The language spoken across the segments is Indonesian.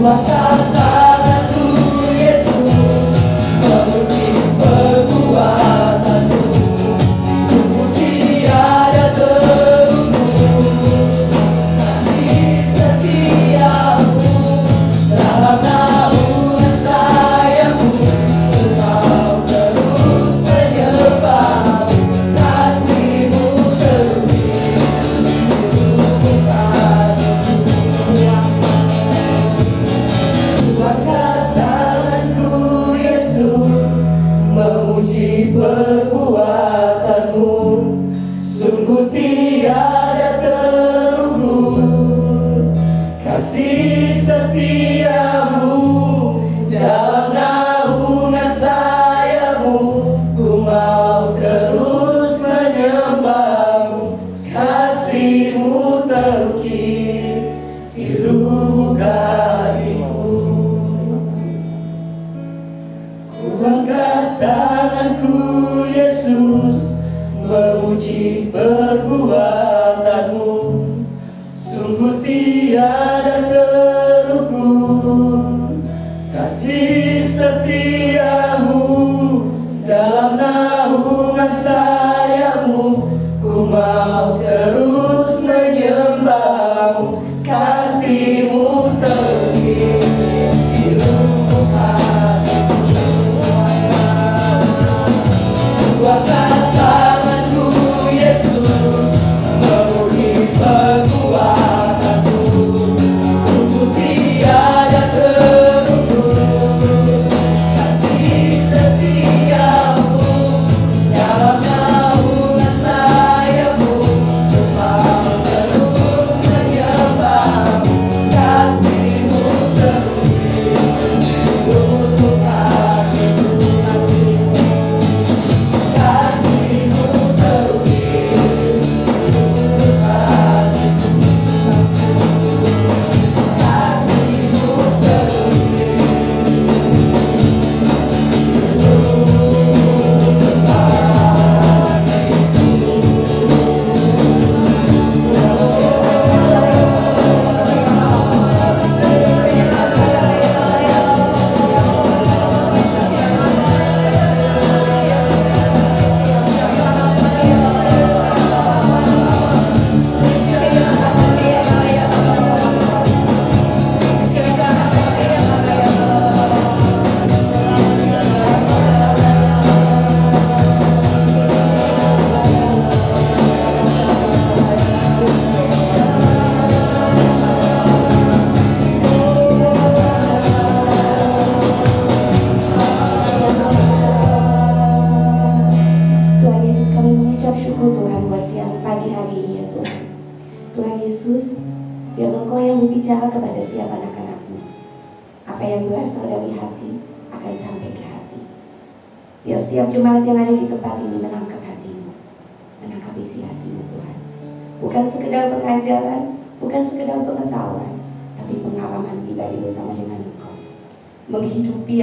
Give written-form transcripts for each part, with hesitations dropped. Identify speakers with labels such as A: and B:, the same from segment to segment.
A: Menghidupi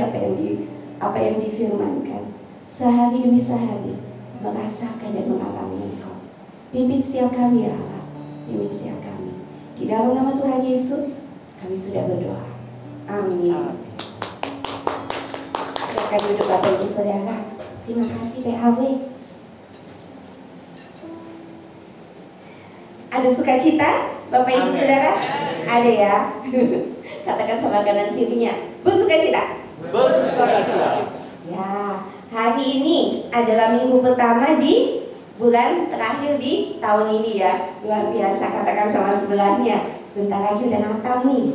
A: apa yang difirmankan sehari demi sehari, merasakan dan mengalami Engkau. Pimpin setiap kami ya Allah, pimpin setiap kami. Di dalam nama Tuhan Yesus kami sudah berdoa. Amin. Silakan duduk Bapak Ibu Saudara. Terima kasih PHW. Ada sukacita Bapak Ibu Saudara? Ada ya. Katakan sama kanan kirinya, bersukacita.
B: Bersukacita.
A: Ya, hari ini adalah minggu pertama di bulan terakhir di tahun ini ya. Luar biasa, katakan sama sebelahnya. Sebentar lagi udah Natal nih.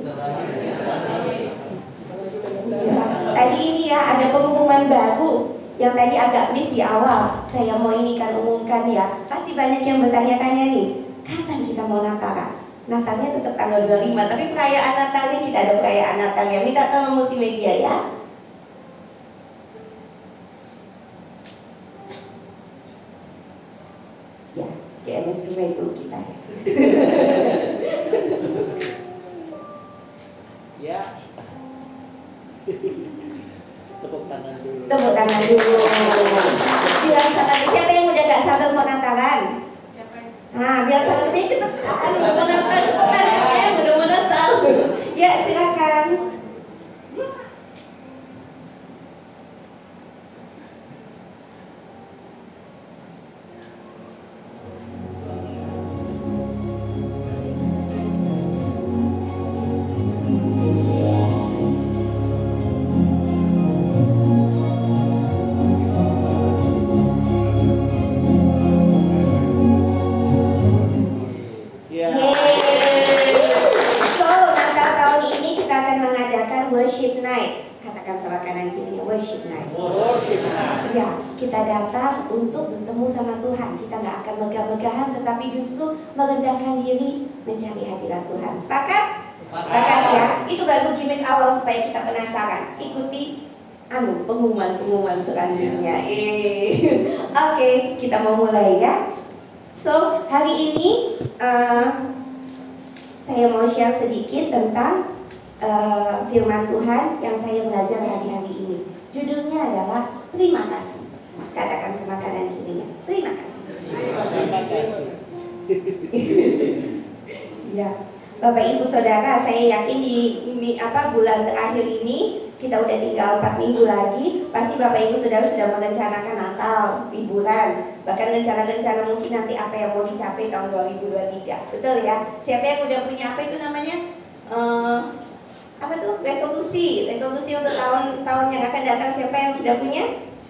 A: Ya, tadi ini ya ada pengumuman baru yang tadi agak miss di awal. Saya mau umumkan ya. Pasti banyak yang bertanya-tanya nih, kapan kita mau Natalan? Natalnya tetap tanggal 25, tapi perayaan Natalnya kita ada perayaan Natalnya. Minta tolong multimedia ya. Ya, GMS Prima itu kita ya.
B: Ya. Tepuk tangan dulu.
A: Tepuk tangan dulu. Bilang sama siapa yang udah gak sabar mau Natalan? Nah, biar sama lebih cepetan, udah mau Natal cepetan ya, udah mau Natal. Ya, silakan. night. Katakan sama kanan kirinya, worship night.
B: Worship night.
A: Ya, kita datang untuk bertemu sama Tuhan. Kita nggak akan megah-megahan, tetapi justru merendahkan diri mencari hadirat Tuhan. Sepakat? Sepakat ya. Itu baru gimmick awal supaya kita penasaran. Ikuti pengumuman selanjutnya. Oke, kita mau mulai ya. So, hari ini saya mau share sedikit tentang firman Tuhan yang saya belajar hari-hari ini. Judulnya adalah terima kasih. Katakan sama kanan kirinya, terima kasih.
B: Terima kasih.
A: Ya, Bapak Ibu Saudara, saya yakin di bulan terakhir ini kita udah tinggal 4 minggu lagi. Pasti Bapak Ibu Saudara sudah merencanakan Natal, liburan, bahkan rencana-rencana mungkin nanti apa yang mau dicapai tahun 2023. Betul ya? Siapa yang udah punya apa itu namanya? Resolusi untuk tahun yang akan datang. Siapa yang sudah punya?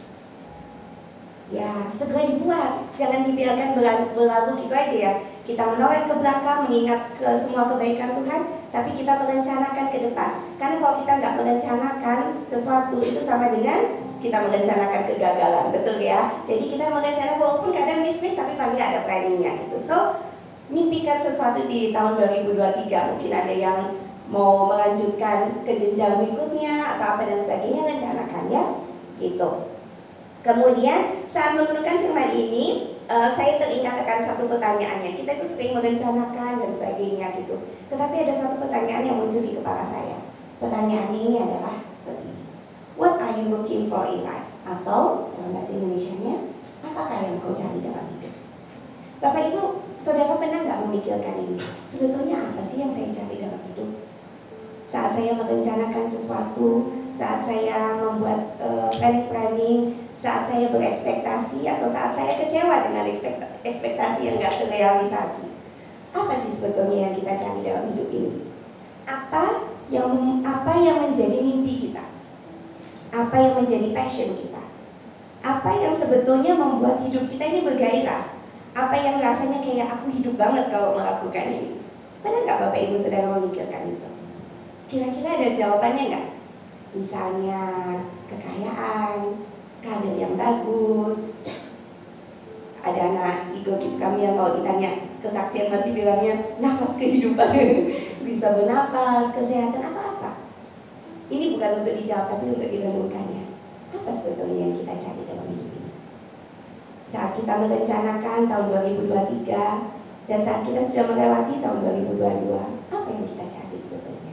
A: Ya, segera dibuat. Jangan dibiarkan berlalu gitu aja ya. Kita menoleh ke belakang, mengingat ke semua kebaikan Tuhan, tapi kita merencanakan ke depan. Karena kalau kita nggak merencanakan sesuatu, itu sama dengan kita merencanakan kegagalan, betul ya? Jadi kita merencanakan walaupun kadang bisnis, tapi paling nggak ada planningnya gitu. So, mimpikan sesuatu di tahun 2023. Mungkin ada yang mau melanjutkan ke jenjang berikutnya atau apa dan sebagainya, rencanakan ya, gitu. Kemudian saat menemukan firman ini, saya teringat akan satu pertanyaannya. Kita itu sering merencanakan dan sebagainya gitu. Tetapi ada satu pertanyaan yang muncul di kepala saya. Pertanyaan ini adalah seperti ini. What are you looking for in life? Atau dalam bahasa Indonesianya, apakah yang kau cari dalam hidup? Bapak Ibu, Saudara pernah nggak memikirkan ini? Sebetulnya apa sih yang saya cari dalam hidup? Saat saya merencanakan sesuatu, saat saya membuat planning, saat saya berekspektasi atau saat saya kecewa dengan ekspektasi yang gak terrealisasi. Apa sih sebetulnya yang kita cari dalam hidup ini? Apa yang menjadi mimpi kita? Apa yang menjadi passion kita? Apa yang sebetulnya membuat hidup kita ini bergairah? Apa yang rasanya kayak aku hidup banget kalau melakukan ini? Pernah gak Bapak Ibu Saudara memikirkan itu? Kira-kira ada jawabannya gak? Misalnya kekayaan, karir yang bagus. Ada anak Eagle Kids kami yang kalau ditanya kesaksian pasti bilangnya nafas kehidupan. Bisa bernafas, kesehatan atau apa. Ini bukan untuk dijawab tapi untuk direnungkannya. Apa sebetulnya yang kita cari dalam hidup ini? Saat kita merencanakan tahun 2023 dan saat kita sudah melewati tahun 2022, apa yang kita cari sebetulnya?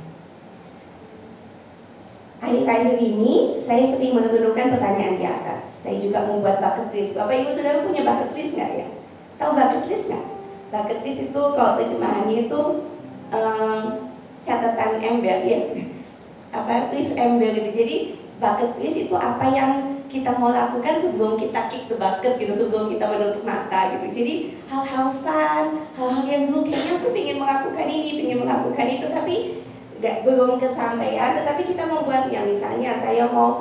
A: Akhir-akhir ini saya sering merenungkan pertanyaan di atas. Saya juga membuat bucket list. Bapak Ibu Saudara punya bucket list nggak ya? Tahu bucket list nggak? Bucket list itu kalau terjemahannya itu catatan ember ya. List ember gitu. Jadi bucket list itu apa yang kita mau lakukan sebelum kita kick the bucket gitu, sebelum kita menutup mata gitu. Jadi hal-hal fun, hal-hal yang dulu kayaknya aku pengen melakukan ini, pengen melakukan itu, tapi belum kesampaian, tetapi kita mau buatnya. Misalnya saya mau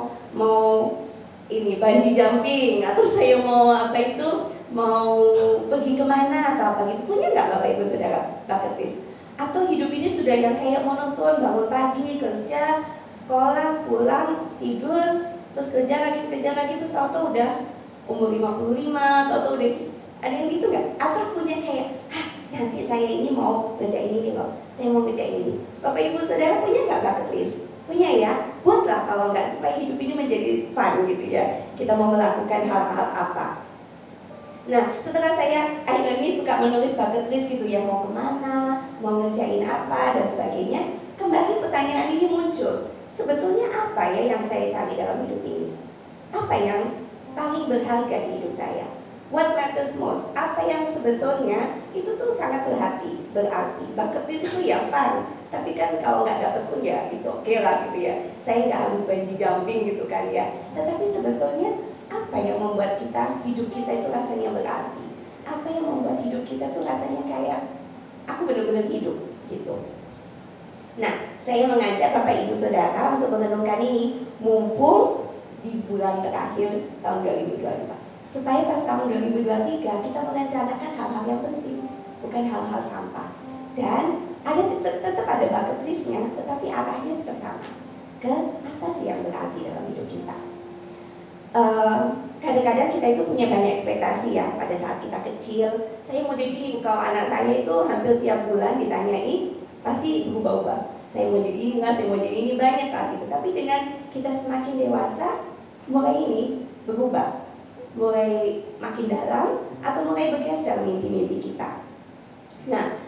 A: ini bungee jumping, atau saya mau mau pergi kemana atau apa gitu. Punya nggak Bapak Ibu Saudara bucket list? Atau hidup ini sudah yang kayak monoton, bangun pagi, kerja, sekolah, pulang, tidur, terus kerja lagi, terus tahu-tahu udah umur 55, tahu-tahu udah ada yang gitu nggak? Atau punya kayak, nanti saya ini mau ngerjain ini loh, saya mau ngerjain ini. Bapak Ibu Saudara punya nggak bucket list? Punya ya? Buatlah kalau nggak, supaya hidup ini menjadi fun gitu ya. Kita mau melakukan hal-hal apa. Nah, setelah saya akhirnya ini suka menulis bucket list gitu ya, mau kemana, mau ngerjain apa dan sebagainya. Kembali pertanyaan ini muncul. Sebetulnya apa ya yang saya cari dalam hidup ini? Apa yang paling berharga di hidup saya? What matters most? Apa yang sebetulnya itu tuh sangat berarti. Bucket list itu ya fun, tapi kan kalau nggak dapet pun ya it's okay lah gitu ya. Saya nggak harus bungee jumping gitu kan ya. Tetapi sebetulnya apa yang membuat hidup kita itu rasanya berarti? Apa yang membuat hidup kita tuh rasanya kayak aku benar-benar hidup gitu. Nah, saya mengajak Bapak Ibu Saudara untuk merenungkan ini mumpung di bulan terakhir tahun 2022. Supaya pas tahun 2023 kita merencanakan hal-hal yang penting, bukan hal-hal sampah. Dan tetap ada bucket listnya, tetapi arahnya tetap sama. ke apa sih yang berarti dalam hidup kita. Kadang-kadang kita itu punya banyak ekspektasi ya pada saat kita kecil. Saya mau jadi ini, kalau anak saya itu hampir tiap bulan ditanyai pasti berubah-ubah. Saya mau jadi ini, saya mau jadi ini, banyak kan gitu. Tapi dengan kita semakin dewasa, mulai ini berubah, mulai makin dalam atau mulai bergeser mimpi-mimpi kita. Nah,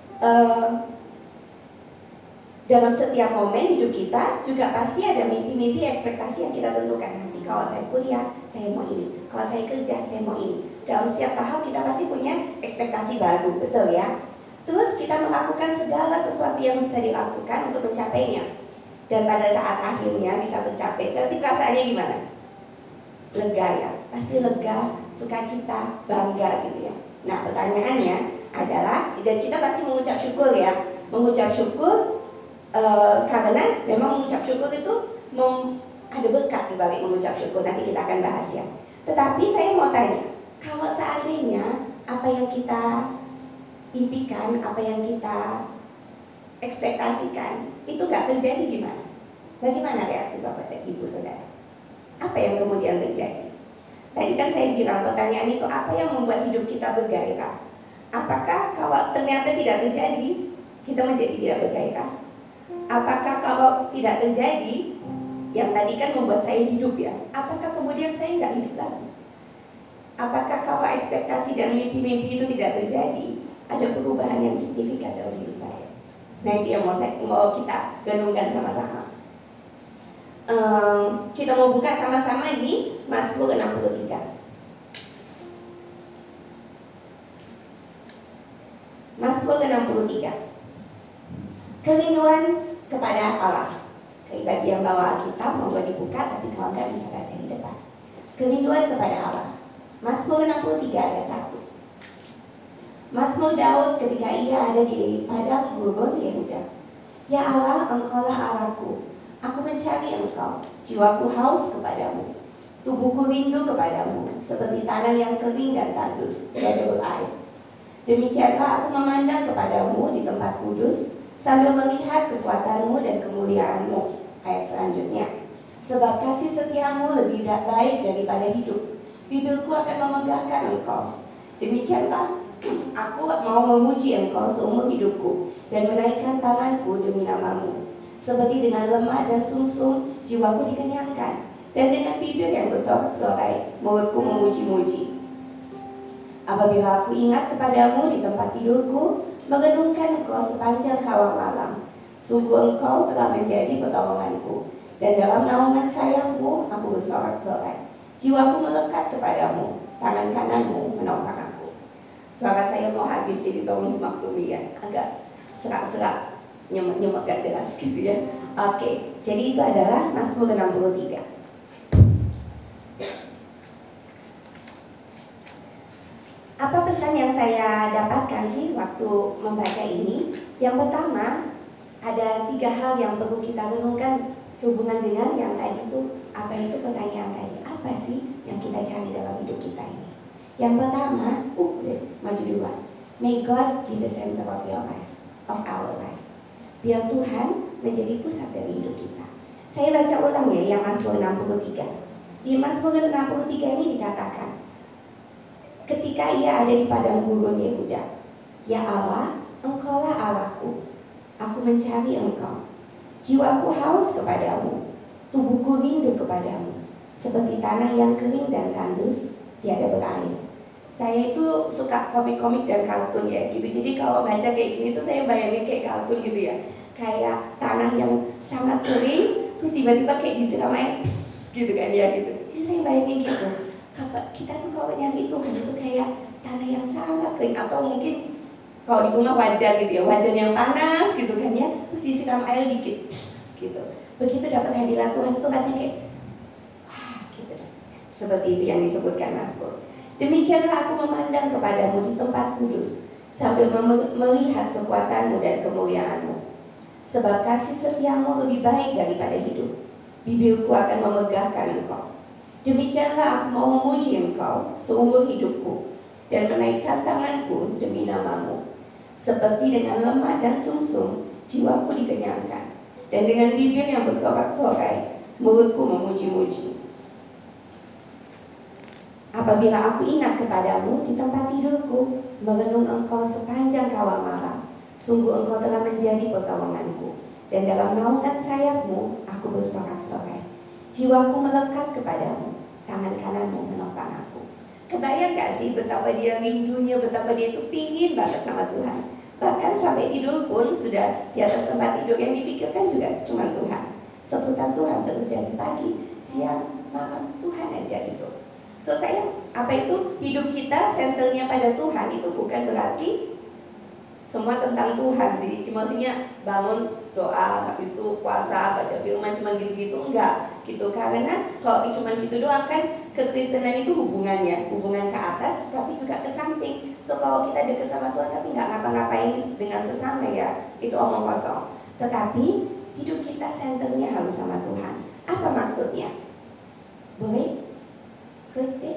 A: dalam setiap momen hidup kita juga pasti ada mimpi-mimpi ekspektasi yang kita tentukan. Nanti kalau saya kuliah, saya mau ini. Kalau saya kerja, saya mau ini. Dalam setiap tahap kita pasti punya ekspektasi baru, betul ya? Terus kita melakukan segala sesuatu yang bisa dilakukan untuk mencapainya. Dan pada saat akhirnya bisa tercapai, pasti perasaannya gimana? Lega ya, pasti lega, sukacita, bangga gitu ya. Nah pertanyaannya adalah, dan kita pasti mengucap syukur ya. Mengucap syukur karena memang mengucap syukur itu ada berkat di balik mengucap syukur. Nanti kita akan bahas ya. Tetapi saya mau tanya, kalau seandainya apa yang kita impikan, apa yang kita ekspektasikan itu gak terjadi, gimana? Bagaimana reaksi Bapak dan Ibu Saudara? Apa yang kemudian terjadi? Tadi kan saya bilang pertanyaan itu apa yang membuat hidup kita bergairah? Apakah kalau ternyata tidak terjadi, kita menjadi tidak bergairah? Apakah kalau tidak terjadi, yang tadi kan membuat saya hidup ya, apakah kemudian saya nggak hidup lagi? Apakah kalau ekspektasi dan mimpi-mimpi itu tidak terjadi, ada perubahan yang signifikan dalam hidup saya? Nah itu yang mau kita renungkan sama-sama. Kita mau buka sama-sama di Mazmur 63. Mazmur 63. Kerinduan kepada Allah. Bagi yang bawa Alkitab mau dibuka, tapi kalau nggak bisa baca di depan. Kerinduan kepada Allah. Mazmur 63 ayat 1. Mazmur Daud ketika ia ada di padang gurun Yehuda. Ya Allah, Engkaulah Allahku. Aku mencari Engkau. Jiwaku haus kepadamu. Tubuhku rindu kepadamu, seperti tanah yang kering dan tandus, tiada berair. Demikianlah aku memandang kepadamu di tempat kudus, sambil melihat kekuatanmu dan kemuliaanmu. Ayat selanjutnya. Sebab kasih setiamu lebih baik daripada hidup. Bibirku akan memegahkan Engkau. Demikianlah aku mau memuji Engkau seumur hidupku dan menaikkan tanganku demi namamu. Seperti dengan lemah dan sumsum jiwaku dikenyangkan, dan dengan bibir yang bersorak-sorai mulutku memuji-muji. Apabila aku ingat kepadamu di tempat tidurku, merenungkan Engkau sepanjang kala malam. Sungguh Engkau telah menjadi pertolonganku, dan dalam naungan sayangmu aku bersorak-sorai. Jiwaku melekat kepadamu, tangan kananmu menopang aku. Suara saya mau habis, jadi tolong dimaklumi ya, agak serak-serak, nyemek gak jelas gitu ya. Oke, jadi itu adalah Mazmur 63. Apa pesan yang saya dapatkan sih waktu membaca ini? Yang pertama, ada 3 hal yang perlu kita renungkan sehubungan dengan yang tadi itu. Apa itu pertanyaan tadi? Apa sih yang kita cari dalam hidup kita ini? Yang pertama, maju duluan. May God be the center of your life, of our life. Biar Tuhan menjadi pusat dari hidup kita. Saya baca ulang ya yang Mazmur 63. Di Mazmur 63 ini dikatakan, ketika ia ada di padang gurun Yehuda, ya Allah, Engkaulah Allahku. Aku mencari Engkau. Jiwaku haus kepadamu, tubuhku rindu kepadamu, seperti tanah yang kering dan tandus, tiada berair. Saya itu suka komik-komik dan kartun ya gitu. Jadi kalau baca kayak gini tuh saya bayangin kayak kartun gitu ya. Kayak tanah yang sangat kering, terus tiba-tiba kayak disiram air gitu kan ya gitu. Jadi saya bayangin gitu. Kita tuh kalau nyari Tuhan itu kayak tanah yang sangat kering, atau mungkin kalau di rumah wajan gitu ya, wajan yang panas gitu kan ya, terus disiram air dikit gitu. Begitu dapat hadirat Tuhan itu rasanya kayak wah gitu. Seperti itu yang disebutkan Mazmur. Demikianlah aku memandang kepadamu di tempat kudus, sambil melihat kekuatanmu dan kemuliaanmu. Sebab kasih setiamu lebih baik daripada hidup. Bibirku akan memegahkan Engkau. Demikianlah aku mau memuji Engkau seumur hidupku, dan menaikkan tanganku demi namamu. Seperti dengan lemah dan sumsum, jiwaku dikenyangkan, dan dengan bibir yang bersorak-sorai, mulutku memuji-muji. Apabila aku ingat kepadamu di tempat tidurku, merenung engkau sepanjang kala malam, sungguh engkau telah menjadi pertolonganku, dan dalam naungan sayapmu aku bersorak-sorai. Jiwaku melekat kepadamu, tangan kananmu menopang aku. Kebayang gak sih betapa dia rindunya, betapa dia itu pingin banget sama Tuhan. Bahkan sampai tidur pun sudah di atas tempat tidur, yang dipikirkan juga cuma Tuhan. Seputar Tuhan terus dari pagi, siang, malam, Tuhan aja gitu. So sayang, apa itu hidup kita senternya pada Tuhan itu bukan berarti semua tentang Tuhan sih. Maksudnya bangun doa, habis itu puasa, baca firman, cuma gitu-gitu enggak gitu. Karena kalau cuma gitu doang kan kekristenan itu hubungan ke atas tapi juga ke samping. So kalau kita dekat sama Tuhan tapi nggak ngapa-ngapain dengan sesama ya, itu omong kosong. Tetapi hidup kita senternya harus sama Tuhan. Apa maksudnya? Boleh? Klik deh.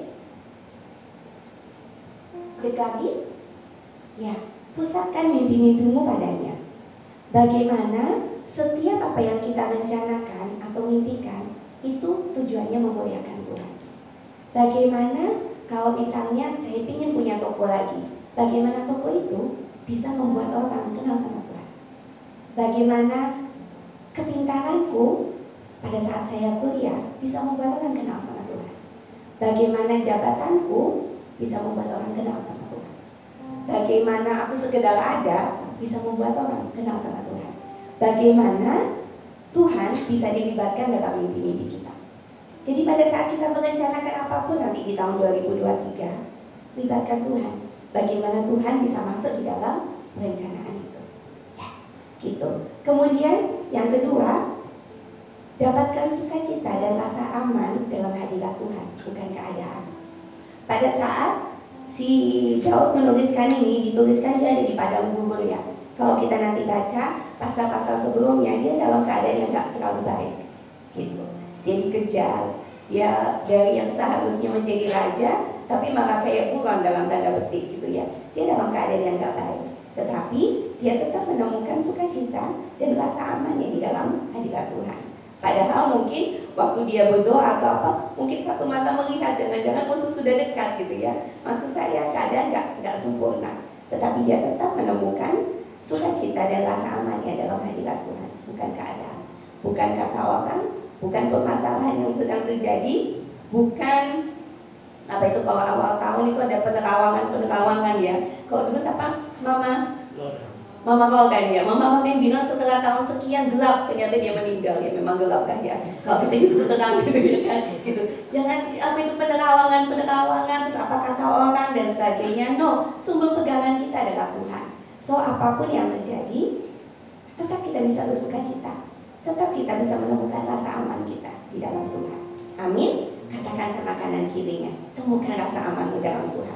A: Klik lagi. Ya, pusatkan mimpi-mimpimu padanya. Bagaimana setiap apa yang kita rencanakan atau mimpikan itu tujuannya memuliakan Tuhan. Bagaimana kalau misalnya saya ingin punya toko lagi, bagaimana toko itu bisa membuat orang kenal sama Tuhan. Bagaimana kepintaranku pada saat saya kuliah bisa membuat orang kenal sama Tuhan. Bagaimana jabatanku bisa membuat orang kenal sama Tuhan. Bagaimana aku sekedar ada bisa membuat orang kenal sama Tuhan. Bagaimana Tuhan bisa dilibatkan dalam mimpi-mimpi kita. Jadi pada saat kita merencanakan apapun nanti di tahun 2023, libatkan Tuhan. Bagaimana Tuhan bisa masuk di dalam perencanaan itu. Ya, gitu. Kemudian yang kedua, dapatkan sukacita dan rasa aman dalam hadirat Tuhan, bukan keadaan. Pada saat si Daud menuliskan ini, dituliskan dia ada di padang gurun ya. Kalau kita nanti baca pasal-pasal sebelumnya, dia dalam keadaan yang gak terlalu baik gitu. Dia dikejar, dia dari yang seharusnya menjadi raja tapi malah kayak buron dalam tanda petik gitu ya. Dia dalam keadaan yang gak baik, tetapi dia tetap menemukan sukacita dan rasa amannya di dalam hadirat Tuhan. Padahal mungkin waktu dia berdoa atau apa, mungkin satu mata melihat jangan-jangan musuh sudah dekat gitu ya. Maksud saya keadaan gak sempurna, tetapi dia tetap menemukan sukacita dan rasa amannya dalam hadirat Tuhan, bukan keadaan, bukan kata orang, bukan permasalahan yang sedang terjadi, bukan apa itu kalau awal tahun itu ada penerawangan ya. Kalau dulu siapa? Mama Morgan ya, Mama Morgan bilang setelah tahun sekian gelap, ternyata dia meninggal ya, memang gelap kan ya. Kalau kita justru terang gitu ya kan, gitu. Jangan apa itu penerawangan, terus apa kata orang dan sebagainya. No, sumber pegangan kita adalah Tuhan. So apapun yang terjadi, tetap kita bisa bersukacita, tetap kita bisa menemukan rasa aman kita di dalam Tuhan. Amin. Katakan sama kanan kirinya, temukan rasa amanmu dalam Tuhan.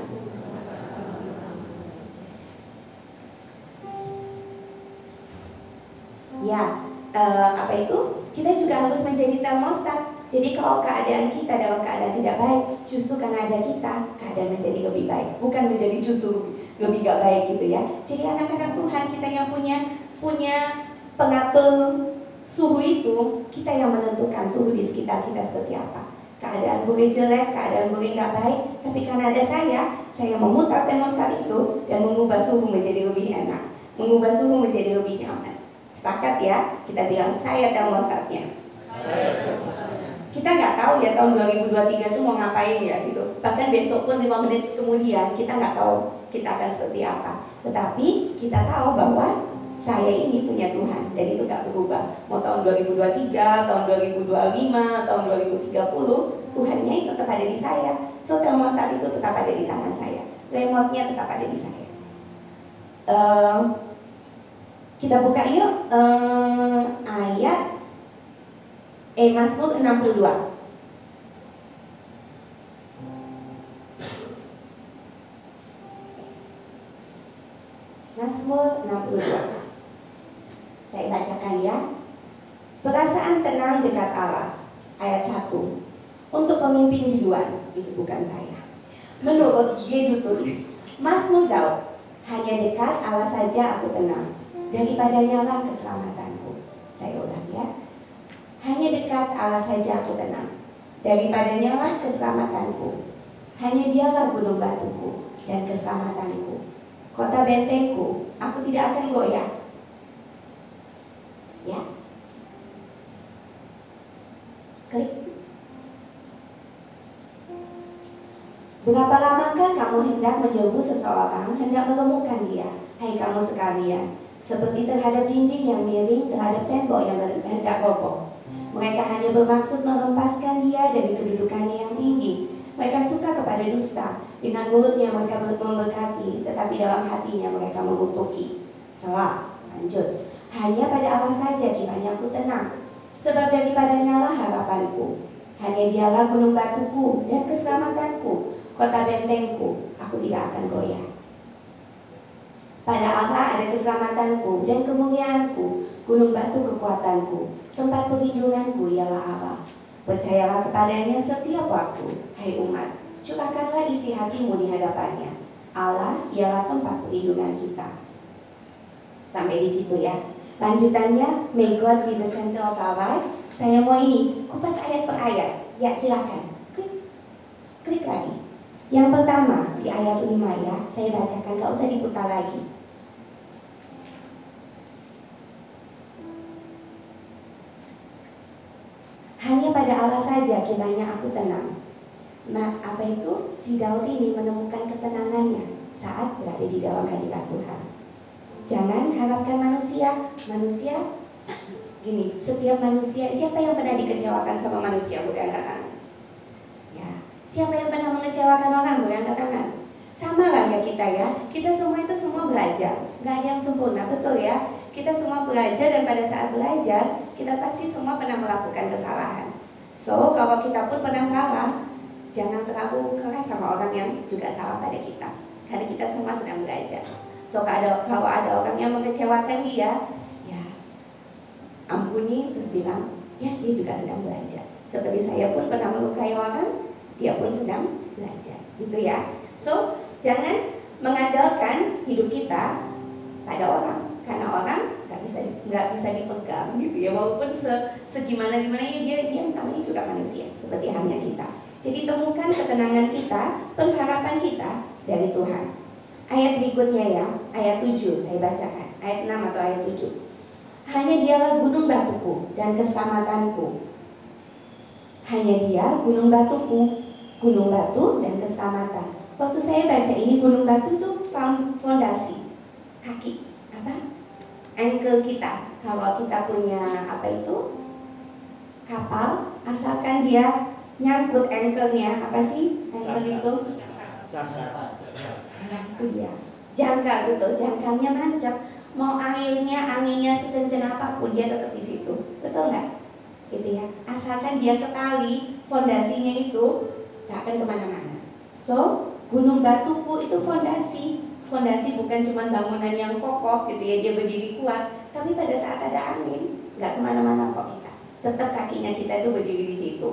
A: Ya, apa itu? Kita juga harus menjadi termostat. Jadi kalau keadaan kita dalam keadaan tidak baik, justru karena ada kita, keadaan menjadi lebih baik, bukan menjadi justru lebih gak baik gitu ya. Jadi anak-anak Tuhan, kita yang punya pengatur suhu itu, kita yang menentukan suhu di sekitar kita seperti apa. Keadaan boleh jelek, keadaan boleh gak baik, tapi karena ada saya memutar termostat itu dan mengubah suhu menjadi lebih enak, mengubah suhu menjadi lebih nyaman. Sepakat ya, kita bilang saya termostatnya. Kita nggak tahu ya tahun 2023 itu mau ngapain ya gitu. Bahkan besok pun 5 menit kemudian kita nggak tahu kita akan seperti apa. Tetapi kita tahu bahwa saya ini punya Tuhan dan itu nggak berubah. Mau tahun 2023, tahun 2025, tahun 2030, Tuhannya itu tetap ada di saya. So termostat itu tetap ada di tangan saya. Remote-nya tetap ada di saya. Kita buka yuk ayat Mazmur 62. Mazmur 62. Saya bacakan ya. Perasaan tenang dekat Allah. Ayat 1. Untuk pemimpin biduan, itu bukan saya. Menurut Yedutun, Mazmur Daud, hanya dekat Allah saja aku tenang. Daripadanya lah keselamatanku. Saya ulang ya. dekat Allah saja aku tenang. Daripadanya lah keselamatanku. Hanya dialah gunung batuku dan keselamatanku. Kota bentengku, aku tidak akan goyah. Ya. Klik. Berapa lamakah kamu hendak menyerbu seseorang, hendak menemukan dia, hai kamu sekalian, seperti terhadap dinding yang miring, terhadap tembok yang hendak roboh. Mereka hanya bermaksud menghempaskan dia dari kedudukannya yang tinggi. Mereka suka kepada dusta, dengan mulutnya mereka memberkati, tetapi dalam hatinya mereka mengutuki. Salah, lanjut. Hanya pada Allah saja kiranya aku tenang, sebab daripadanya lah harapanku. Hanya dialah gunung batuku dan keselamatanku, kota bentengku, aku tidak akan goyah. Pada Allah ada keselamatanku dan kemuliaanku, gunung batu kekuatanku, tempat perlindunganku ialah Allah. Percayalah kepadanya setiap waktu, hai umat, curahkanlah isi hatimu di hadapannya. Allah ialah tempat perlindungan kita. Sampai di situ ya. Lanjutannya, may God be the center of our life. Saya mau ini, kupas ayat per ayat. Ya silakan, klik lagi. Yang pertama di ayat 5 ya, saya bacakan, gak usah diputar lagi. Hanya pada Allah saja kiranya aku tenang. Nah, apa itu? Si Daud ini menemukan ketenangannya saat berada di dalam hadirat Tuhan. Jangan harapkan manusia. Gini, setiap manusia, siapa yang pernah dikecewakan sama manusia? Bukan angkat tangan. Ya, siapa yang pernah mengecewakan orang? Bukan angkat tangan. Sama lah ya kita ya. Kita semua itu semua belajar. Gak ada yang sempurna, betul ya. Kita semua belajar dan pada saat belajar kita pasti semua pernah melakukan kesalahan. So, kalau kita pun pernah salah, jangan terlalu keras sama orang yang juga salah pada kita, karena kita semua sedang belajar. So, kalau ada orang yang mengecewakan dia, ya ampuni, terus bilang, ya dia juga sedang belajar. Seperti saya pun pernah melukai orang, dia pun sedang belajar, gitu ya. So, jangan mengandalkan hidup kita pada orang, karena orang nggak bisa dipegang gitu ya, walaupun segimana ya dia namanya juga manusia seperti halnya kita. Jadi temukan ketenangan kita, pengharapan kita dari Tuhan. Ayat berikutnya ya, ayat 7 saya bacakan, ayat 6 atau ayat 7. Hanya dialah gunung batuku dan keselamatanku. Hanya dia gunung batuku, gunung batu dan keselamatan. Waktu saya baca ini, gunung batu itu fondasi, kaki, apa? Ankle kita. Kalau kita punya apa itu? Kapal, asalkan dia nyangkut ankle-nya, apa sih? Ankle itu? Itu dia. Jangkar gitu, jangkarnya mancap. Mau anginnya sekencang apapun dia tetap di situ. Betul nggak? Gitu ya. Asalkan dia ketali, fondasinya itu nggak akan kemana-mana. So, gunung batuku itu fondasi. Fondasi bukan cuma bangunan yang kokoh gitu ya, dia berdiri kuat, tapi pada saat ada angin nggak kemana-mana kok kita. Tetap kakinya kita itu berdiri di situ.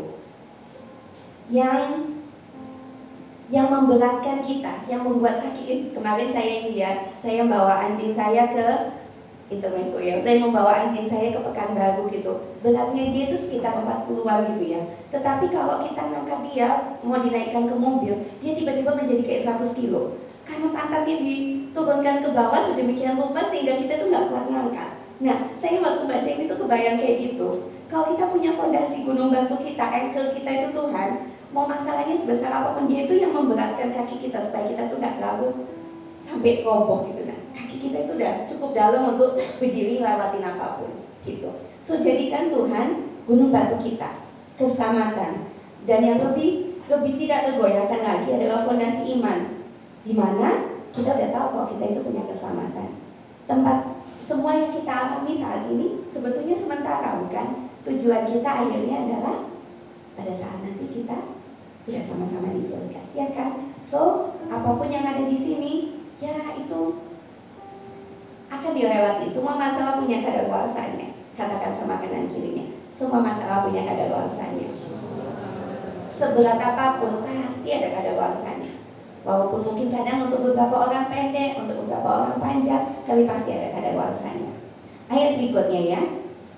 A: Yang memberatkan kita, yang membuat kaki, kemarin saya ini ya, saya bawa anjing saya ke intermezzo ya, saya membawa anjing saya ke Pekanbaru gitu. Beratnya dia itu sekitar 40-an gitu ya. Tetapi kalau kita ngangkat dia, mau dinaikkan ke mobil, dia tiba-tiba menjadi kayak 100 kilo. Karena pantatnya diturunkan ke bawah sedemikian rupa sehingga kita tuh nggak kuat ngangkat. Nah, saya waktu baca ini tuh kebayang kayak gitu. Kalau kita punya fondasi gunung batu kita, ankle kita itu Tuhan, mau masalahnya sebesar apapun dia itu yang memberatkan kaki kita supaya kita tuh nggak terlalu sampai roboh gitu. Nah, kaki kita itu udah cukup dalam untuk berdiri lewatin apapun gitu. So, jadikan Tuhan gunung batu kita, keselamatan, dan yang lebih tidak tergoyahkan lagi adalah fondasi iman. Di mana kita udah tahu kok kita itu punya keselamatan. Tempat semua yang kita alami saat ini sebetulnya sementara, bukan? Tujuan kita akhirnya adalah pada saat nanti kita sudah sama-sama di surga, ya kan? So, apapun yang ada di sini, ya itu akan dilewati. Semua masalah punya kadaluarsanya. Katakan sama kanan kirinya, semua masalah punya kadaluarsanya. Seberat apapun pasti ada kadaluarsanya. Walaupun mungkin kadang untuk beberapa orang pendek, untuk beberapa orang panjang, tapi pasti ada kadaluarsanya. Ayat berikutnya ya.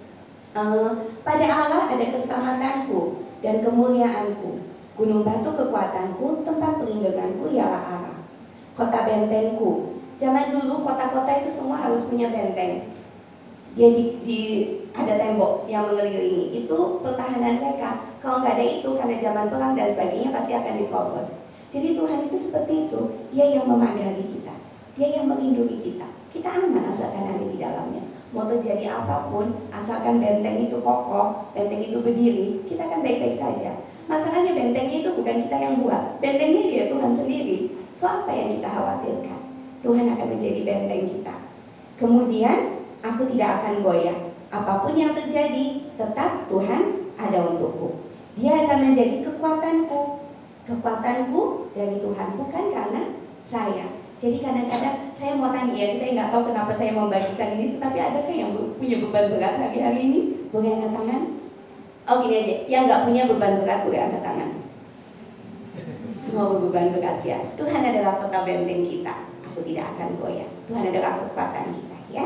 A: Pada Allah ada keselamatanku dan kemuliaanku. Gunung batu kekuatanku, tempat perlindunganku ialah Allah. Kota bentengku. Zaman dulu kota-kota itu semua harus punya benteng. Dia ada tembok yang mengelilingi. Itu pertahanan mereka. Kalau nggak ada itu karena zaman perang dan sebagainya pasti akan diterobos. Jadi Tuhan itu seperti itu. Dia yang memagari kita. Dia yang melindungi kita. Kita aman asalkan ada di dalamnya. Mau terjadi apapun, asalkan benteng itu kokoh, benteng itu berdiri, kita akan baik-baik saja. Masalahnya bentengnya itu bukan kita yang buat. Bentengnya dia Tuhan sendiri. So apa yang kita khawatirkan? Tuhan akan menjadi benteng kita. Kemudian aku tidak akan goyah. Apapun yang terjadi, tetap Tuhan ada untukku. Dia akan menjadi kekuatanku. Kekuatanku dari Tuhan, bukan karena saya. Jadi kadang-kadang saya mau tanya ya, saya nggak tahu kenapa saya membagikan ini, tetapi adakah yang punya beban berat hari ini? Boleh angkat tangan? Oh gini aja, yang nggak punya beban berat boleh angkat tangan. Semua beban berat ya. Tuhan adalah kota benteng kita. Aku tidak akan goyah. Tuhan adalah kekuatan kita ya.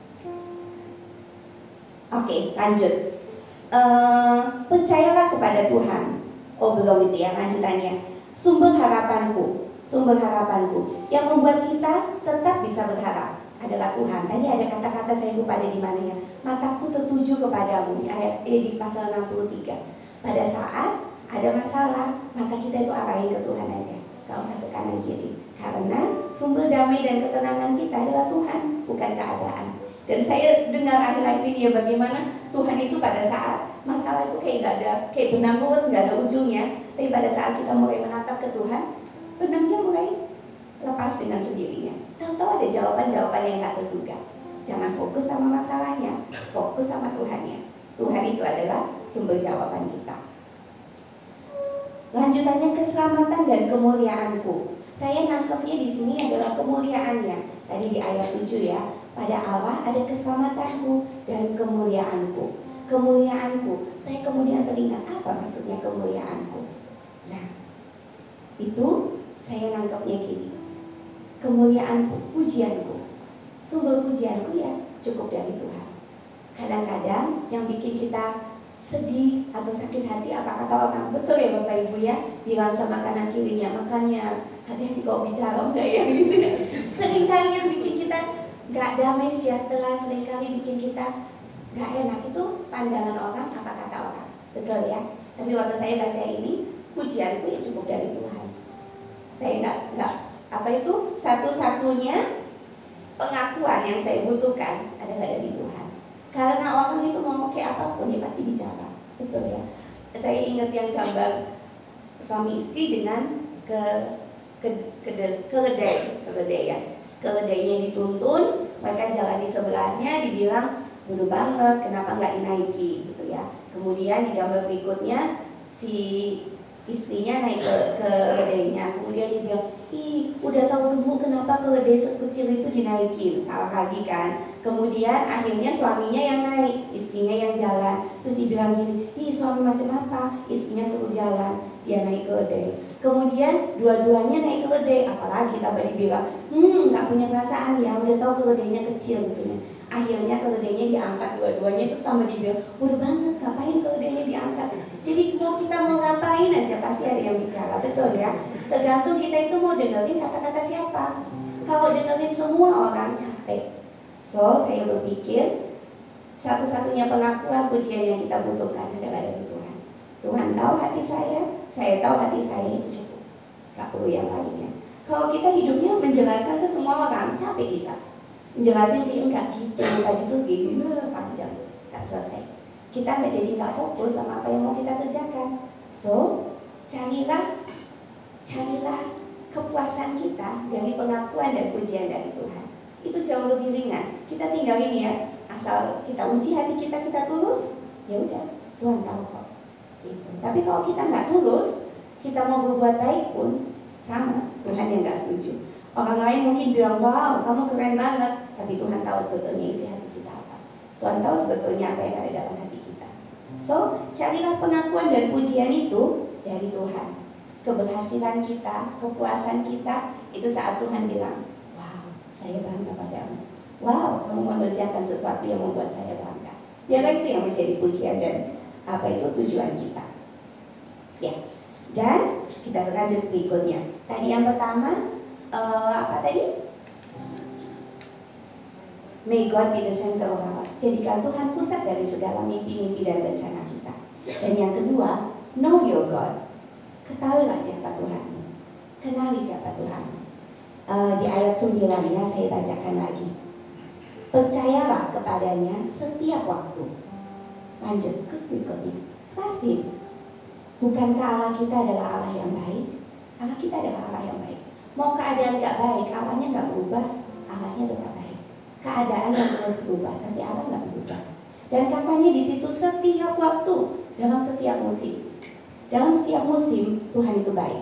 A: Oke, lanjut. Percayalah kepada Tuhan. Oh belum itu ya, lanjutannya. Sumber harapanku. Sumber harapanku yang membuat kita tetap bisa berharap adalah Tuhan. Tadi ada kata-kata saya lupa ada di mana ya. Mataku tertuju kepadamu di ayat di pasal 63. Pada saat ada masalah, mata kita itu arahin ke Tuhan aja. Gak usah ke kanan kiri. Karena sumber damai dan ketenangan kita adalah Tuhan, bukan keadaan. Dan saya dengar akhir-akhir ini ya bagaimana Tuhan itu pada saat masalah itu kayak gak ada, kayak benang ruwet gak ada ujungnya. Tapi pada saat kita mulai menatap ke Tuhan, benangnya mulai lepas dengan sendirinya. Tahu-tahu ada jawaban-jawaban yang gak terduga. Jangan fokus sama masalahnya, fokus sama Tuhannya. Tuhan itu adalah sumber jawaban kita. Lanjutannya keselamatan dan kemuliaanku. Saya nangkepnya di sini adalah kemuliaannya. Tadi di ayat 7 ya. Pada Allah ada keselamatanku dan kemuliaanku. Kemuliaanku. Saya kemudian teringat apa maksudnya kemuliaanku. Nah, itu saya nangkepnya gini. Kemuliaanku, pujianku. Sumber pujianku ya cukup dari Tuhan. Kadang-kadang yang bikin kita sedih atau sakit hati apa kata orang, betul ya Bapak Ibu ya, bilang sama kanan kirinya, makanya hati-hati kalau bicara enggak ya gitu ya. Seringkali yang bikin kita gak damai sejahtera, seringkali bikin kita gak enak itu pandangan orang, apa kata orang, betul ya. Tapi waktu saya baca ini, pujianku ya cukup dari Tuhan. Saya nggak apa itu satu-satunya pengakuan yang saya butuhkan adalah dari Tuhan. Karena orang itu mau kayak apapun dia pasti bicara, betul ya. Saya ingat yang gambar suami istri dengan keledai ya. Keledainya dituntun, mereka jalan di sebelahnya, dibilang bodoh banget, kenapa nggak dinaiki gitu ya. Kemudian di gambar berikutnya si istrinya naik ke keledainya, kemudian dia bilang, ih udah tahu gemuk kenapa keledai sekecil itu dinaikin, salah lagi kan. Kemudian akhirnya suaminya yang naik, istrinya yang jalan. Terus dibilang gini, ih suami macam apa, istrinya suruh jalan, dia naik keledai. Kemudian dua-duanya naik keledai, apalagi tambah dibilang, nggak punya perasaan ya, udah tahu keledainya kecil gitu ya. Akhirnya keledainya diangkat dua-duanya, terus tambah dibilang, bodoh banget, ngapain keledainya diangkat. Jadi mau kita mau ngapain aja pasti ada yang bicara, betul ya. Tergantung kita itu mau dengerin kata-kata siapa. Kalau dengerin semua orang capek. So saya berpikir satu-satunya pengakuan pujian yang kita butuhkan adalah dari Tuhan. Tuhan tahu hati saya tahu hati saya, itu cukup. Gak perlu yang lainnya. Kalau kita hidupnya menjelaskan ke semua orang, capek kita. Menjelaskan dia enggak gitu, tadi terus gini, panjang, gak selesai. Kita nggak jadi nggak fokus sama apa yang mau kita kerjakan. So, carilah kepuasan kita dari pengakuan dan pujian dari Tuhan. Itu jauh lebih ringan. Kita tinggal ini ya, asal kita uji hati kita tulus, ya udah, Tuhan tahu kok. Gitu. Tapi kalau kita nggak tulus, kita mau berbuat baik pun sama, Tuhan yang nggak setuju. Orang lain mungkin bilang, wow, kamu keren banget, tapi Tuhan tahu sebetulnya isi hati kita apa. Tuhan tahu sebetulnya apa yang ada dalam hati kita. So, carilah pengakuan dan pujian itu dari Tuhan. Keberhasilan kita, kepuasan kita, itu saat Tuhan bilang, wow, saya bangga padamu. Wow, kamu mengerjakan sesuatu yang membuat saya bangga. Biarlah itu yang menjadi pujian dan tujuan kita. Ya. Dan kita lanjut berikutnya. Tadi yang pertama apa tadi? May God be the center of our life. Jadikan Tuhan pusat dari segala mimpi-mimpi dan rencana kita. Dan yang kedua, know your God. Ketahuilah siapa Tuhanmu. Kenali siapa Tuhanmu. Di ayat 9-nya saya bacakan lagi. Percayalah kepadanya setiap waktu. Lanjut ke berikutnya. Trust Him. Bukankah Allah kita adalah Allah yang baik? Allah kita adalah Allah yang baik. Mau keadaan gak baik, Allahnya gak berubah. Allahnya tetap baik. Keadaan yang terus berubah, tapi Allah nggak berubah. Dan katanya di situ setiap waktu, dalam setiap musim. Dalam setiap musim Tuhan itu baik.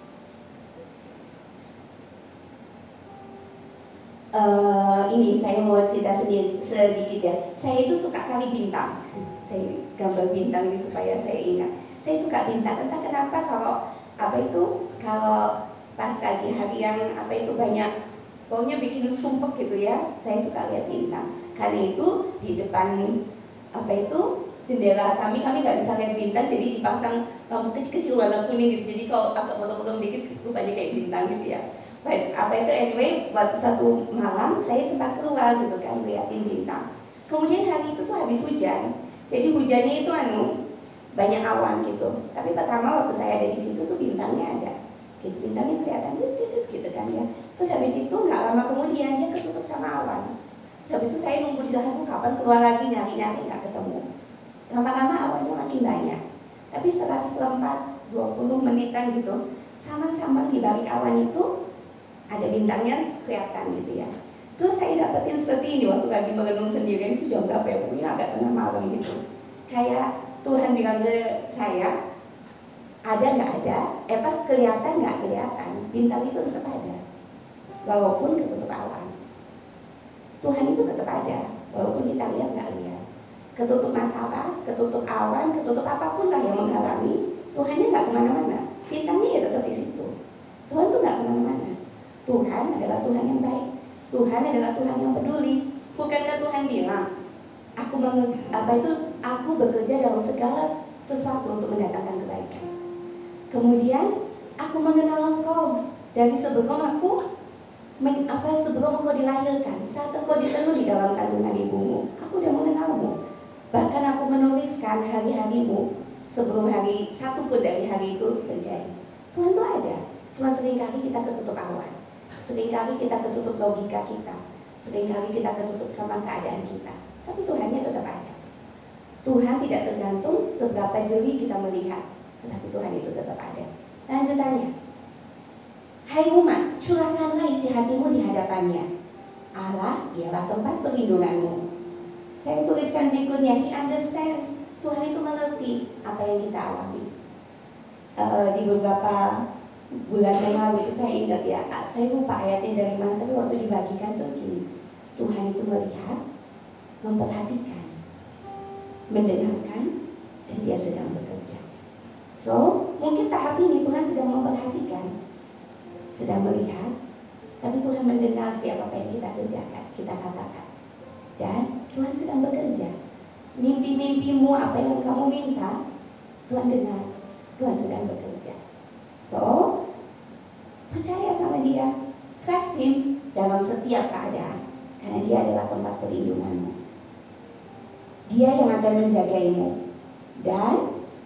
A: Ini saya mau cerita sedikit ya. Saya itu suka kali bintang. Saya gambar bintang ini supaya saya ingat. Saya suka bintang. Entah kenapa kalau kalau pas lagi hari yang banyak. Pokoknya bikin sumpek gitu ya. Saya suka lihat bintang. Karena itu di depan jendela kami nggak bisa lihat bintang, jadi dipasang lampu kecil-kecil warna kuning gitu. Jadi kalau agak bolong-bolong dikit rupanya kayak bintang gitu ya. Baik, anyway, waktu satu malam saya sempat keluar gitu kan liatin bintang. Kemudian hari itu tuh habis hujan. Jadi hujannya itu banyak awan gitu. Tapi pertama waktu saya ada di situ tuh bintangnya ada. Gitu, bintangnya kelihatan gitu kan ya. Terus habis itu nggak lama kemudian dia ketutup sama awan. Terus habis itu saya nunggu di dalam kapan keluar lagi nyari-nyari nggak ketemu. Lama-lama awannya makin banyak. Tapi setelah 20 menitan gitu, samar-samar di balik awan itu ada bintangnya kelihatan gitu ya. Terus saya dapetin seperti ini waktu lagi merenung sendirian, itu jam berapa ya? Pokoknya agak tengah malam gitu. Kayak Tuhan bilang ke saya, ada nggak ada, kelihatan nggak kelihatan, bintang itu tetap ada, walaupun ketutup awan. Tuhan itu tetap ada, walaupun kita lihat nggak lihat. Ketutup masalah, ketutup awan, ketutup apapun lah yang menghalangi, Tuhannya nggak kemana-mana, bintangnya ya tetap di situ. Tuhan tuh nggak kemana-mana. Tuhan adalah Tuhan yang baik. Tuhan adalah Tuhan yang peduli. Bukankah Tuhan bilang, aku bekerja dalam segala sesuatu untuk mendatangkan kebaikan. Kemudian aku mengenal engkau dari sebelum engkau dilahirkan, saat engkau ditenuh di dalam kandungan ibumu, aku udah mengenalmu. Bahkan aku menuliskan hari-harimu sebelum hari satu pun dari hari itu terjadi. Tuhan tuh ada. Cuma seringkali kita ketutup awan, seringkali kita ketutup logika kita, seringkali kita ketutup sama keadaan kita. Tapi Tuhannya tetap ada. Tuhan tidak tergantung seberapa jeli kita melihat, tetapi Tuhan itu tetap ada. Lanjutannya, hai umat, curahkanlah isi hatimu di hadapannya. Allah ialah tempat perlindunganmu. Saya tuliskan berikutnya, He understands. Tuhan itu mengerti apa yang kita alami. Di beberapa bulan yang lalu itu saya ingat ya, saya lupa ayatnya dari mana, tapi waktu dibagikan tuh gini, Tuhan itu melihat, memperhatikan, mendengarkan, dan Dia sedang bekerja. So, mungkin tahap ini Tuhan sedang memperhatikan, sedang melihat, tapi Tuhan mendengar setiap apa yang kita kerjakan, kita katakan. Dan Tuhan sedang bekerja. Mimpi-mimpimu, apa yang kamu minta, Tuhan dengar, Tuhan sedang bekerja. So, percaya sama Dia, trust Him dalam setiap keadaan, karena Dia adalah tempat perlindunganmu. Dia yang akan menjagaimu. Dan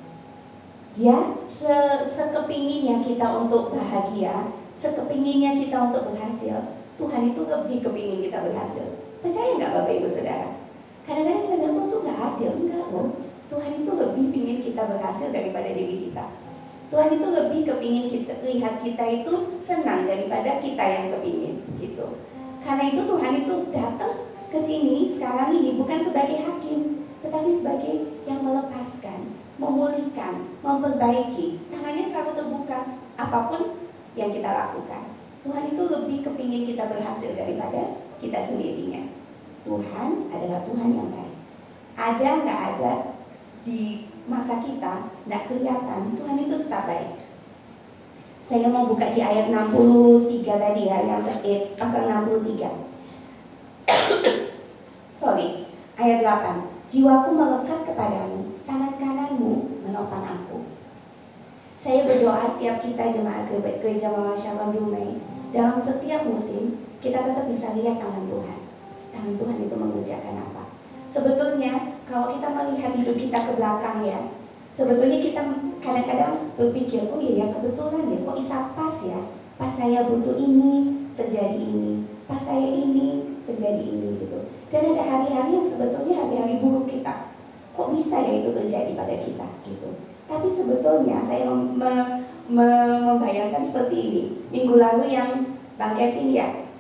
A: Dia sekepinginnya kita untuk bahagia, sekepinginnya kita untuk berhasil, Tuhan itu lebih kepingin kita berhasil. Percaya nggak Bapak Ibu Saudara? Kadang-kadang kita bilang tuh nggak ada, enggak loh. Tuhan itu lebih pingin kita berhasil daripada diri kita. Tuhan itu lebih kepingin kita lihat kita itu senang daripada kita yang kepingin gitu. Karena itu Tuhan itu datang ke sini sekarang ini bukan sebagai hakim, tetapi sebagai yang melepaskan, memulihkan, memperbaiki. Tangannya selalu terbuka apapun yang kita lakukan. Tuhan itu lebih kepingin kita berhasil daripada kita sendirinya. Tuhan adalah Tuhan yang baik. Ada nggak ada di mata kita, nggak kelihatan, Tuhan itu tetap baik. Saya mau buka di ayat 63 tadi ya, yang pasal 63. Sorry, ayat 8. Jiwaku melekat kepadamu, tangan kananmu menopang aku. Saya berdoa setiap kita jemaat gereja Mawar Shalom Dumai, dalam setiap musim kita tetap bisa lihat tangan Tuhan. Tangan Tuhan itu mengerjakan apa? Sebetulnya kalau kita melihat hidup kita ke belakang ya, sebetulnya kita kadang-kadang berpikir, oh iya ya kebetulan ya, kok bisa pas ya, pas saya butuh ini terjadi ini, pas saya ini terjadi ini gitu. Dan ada hari-hari yang sebetulnya hari-hari buruk kita, kok bisa ya itu terjadi pada kita gitu. Tapi sebetulnya saya membayangkan seperti ini. Minggu lalu yang Bang Kevin ya,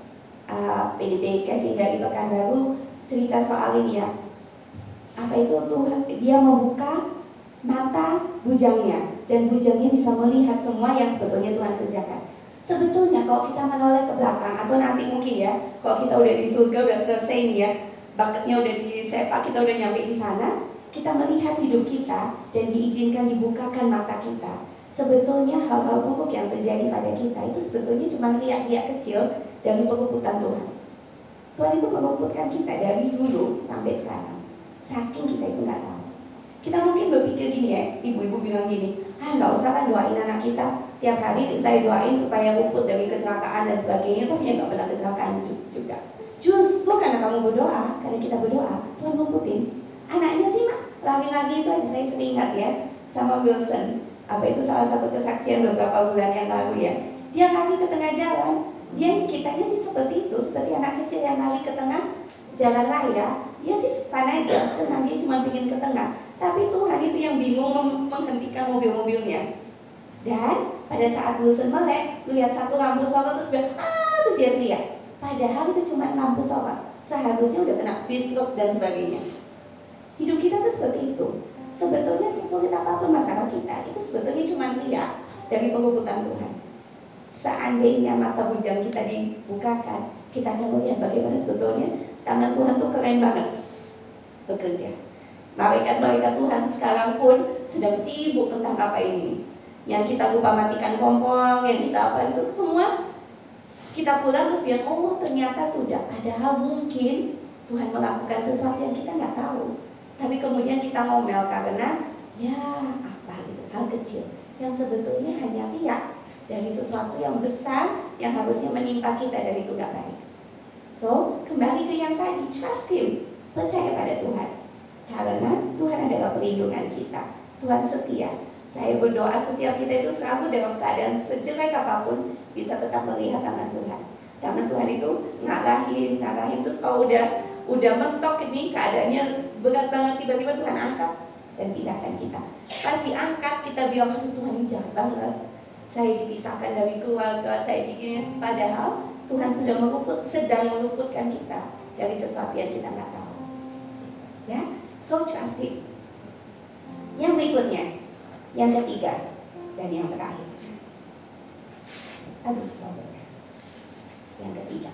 A: PDB Kevin dari Pekanbaru cerita soal ini ya. Apa itu Tuhan, dia membuka mata bujangnya dan bujangnya bisa melihat semua yang sebetulnya Tuhan kerjakan. Sebetulnya kalau kita menoleh ke belakang atau nanti mungkin ya, kalau kita udah di surga udah selesai nih ya, bucketnya udah disepak, kita udah nyampe di sana, kita melihat hidup kita dan diizinkan dibukakan mata kita. Sebetulnya hal-hal buruk yang terjadi pada kita itu sebetulnya cuma riak-riak kecil dari peruputan Tuhan. Tuhan itu merumputkan kita dari dulu sampai sekarang. Saking kita itu nggak tahu. Kita mungkin berpikir gini ya, ibu-ibu bilang gini, nggak usah kan doain anak kita. Tiap hari saya doain supaya luput dari kecelakaan dan sebagainya, tapi ya nggak pernah kecelakaan juga. Justru karena kamu berdoa, karena kita berdoa, Tuhan lumputin. Anaknya sih mak, lagi-lagi itu aja saya teringat ya sama Wilson. Apa itu salah satu kesaksian beberapa bulan yang lalu ya. Dia lari ke tengah jalan, dia kitanya sih seperti itu, seperti anak kecil yang lari ke tengah jalan raya. Dia sih fun aja, senang, dia cuma pingin ke tengah. Tapi Tuhan itu yang bingung menghentikan mobil-mobilnya. Dan pada saat Wilson melek, lihat satu lampu sorot terus bilang, terus dia teriak. Padahal itu cuma lampu sorot, seharusnya udah kena bistroke dan sebagainya. Hidup kita tuh seperti itu. Sebetulnya sesulit apapun masalah kita, itu sebetulnya cuma riak dari pengukutan Tuhan. Seandainya mata bujang kita dibukakan, kita akan melihat bagaimana sebetulnya tangan Tuhan tuh keren banget bekerja. Malaikat-malaikat Tuhan sekarang pun sedang sibuk tentang apa ini. Yang kita lupa matikan kompor, yang kita apa itu semua kita pulang terus bilang, oh ternyata sudah. Padahal mungkin Tuhan melakukan sesuatu yang kita nggak tahu. Tapi kemudian kita ngomel karena ya apa gitu, hal kecil yang sebetulnya hanya riak dari sesuatu yang besar yang harusnya menimpa kita dari itu nggak baik. So kembali ke yang tadi, trust Him, percaya pada Tuhan. Karena Tuhan adalah perlindungan kita. Tuhan setia. Saya berdoa setiap kita itu selalu dalam keadaan sejelek apapun bisa tetap melihat tangan Tuhan. Tangan Tuhan itu ngarahin terus kalau udah mentok ini keadaannya berat banget, tiba-tiba Tuhan angkat dan pindahkan kita. Pasti angkat kita bilang, Tuhan ini jahat banget, saya dipisahkan dari keluarga, saya begini. Padahal Tuhan sedang meluputkan kita dari sesuatu yang kita nggak tahu. Ya, so trust Him. Yang berikutnya, yang ketiga dan yang terakhir. Yang ketiga.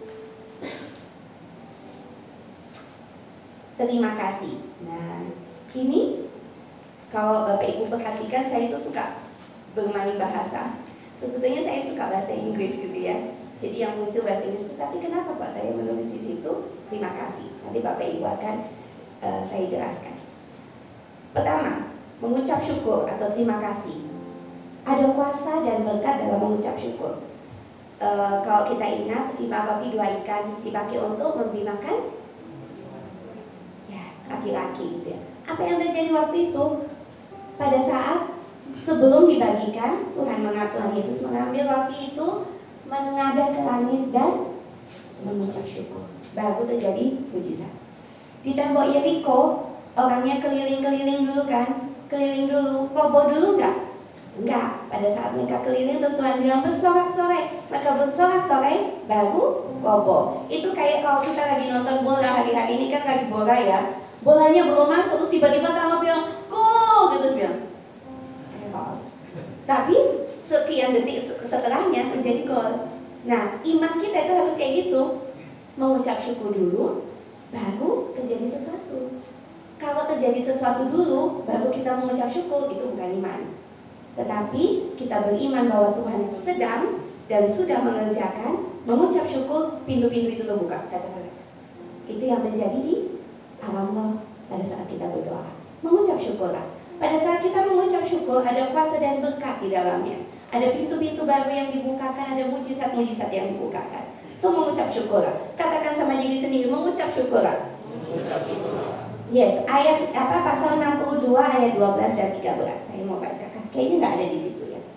A: Terima kasih. Nah, ini kalau Bapak Ibu perhatikan, saya itu suka bermain bahasa. Sebetulnya saya suka bahasa Inggris gitu ya. Jadi yang muncul bahasa Inggris, tapi kenapa Pak saya menulis di situ? Terima kasih. Nanti Bapak Ibu akan saya jelaskan. Pertama, mengucap syukur atau terima kasih. Ada kuasa dan berkat dalam mengucap syukur. Kalau kita ingat 5 roti 2 ikan dipakai untuk memberi makan laki-laki gitu ya. Apa yang terjadi waktu itu? Pada saat sebelum dibagikan, Tuhan Yesus mengambil roti itu, menengadah ke langit dan mengucap syukur. Baru terjadi mujizat. Di tembok Yeriko, orangnya keliling-keliling dulu kan? Keliling dulu, koboh dulu enggak? Enggak. Pada saat mereka keliling terus Tuhan bilang bersorak-sorai. Mereka bersorak-sorai baru koboh. Itu kayak kalau kita lagi nonton bola hari-hari ini kan lagi bola ya. Bolanya belum masuk terus tiba-tiba Tama bilang gol gitu bilang. Tapi sekian detik setelahnya terjadi gol. Nah, iman kita itu harus kayak gitu. Mengucap syukur dulu baru terjadi sesuatu. Kalau terjadi sesuatu dulu baru kita mengucap syukur, itu bukan iman. Tetapi kita beriman bahwa Tuhan sedang dan sudah mengerjakan, mengucap syukur, pintu-pintu itu terbuka. Itu yang terjadi di alam roh. pada saat kita berdoa. Mengucap syukurlah. Pada saat kita mengucap syukur, ada kuasa dan berkat di dalamnya. Ada pintu-pintu baru yang dibukakan, ada mujizat-mujizat yang dibukakan. So mengucap syukurlah. Katakan sama diri sendiri, mengucap syukurlah. Yes, ayat pasal 62 ayat 12 dan 13. Saya mau bacakan. Kayaknya nggak ada di situ ya.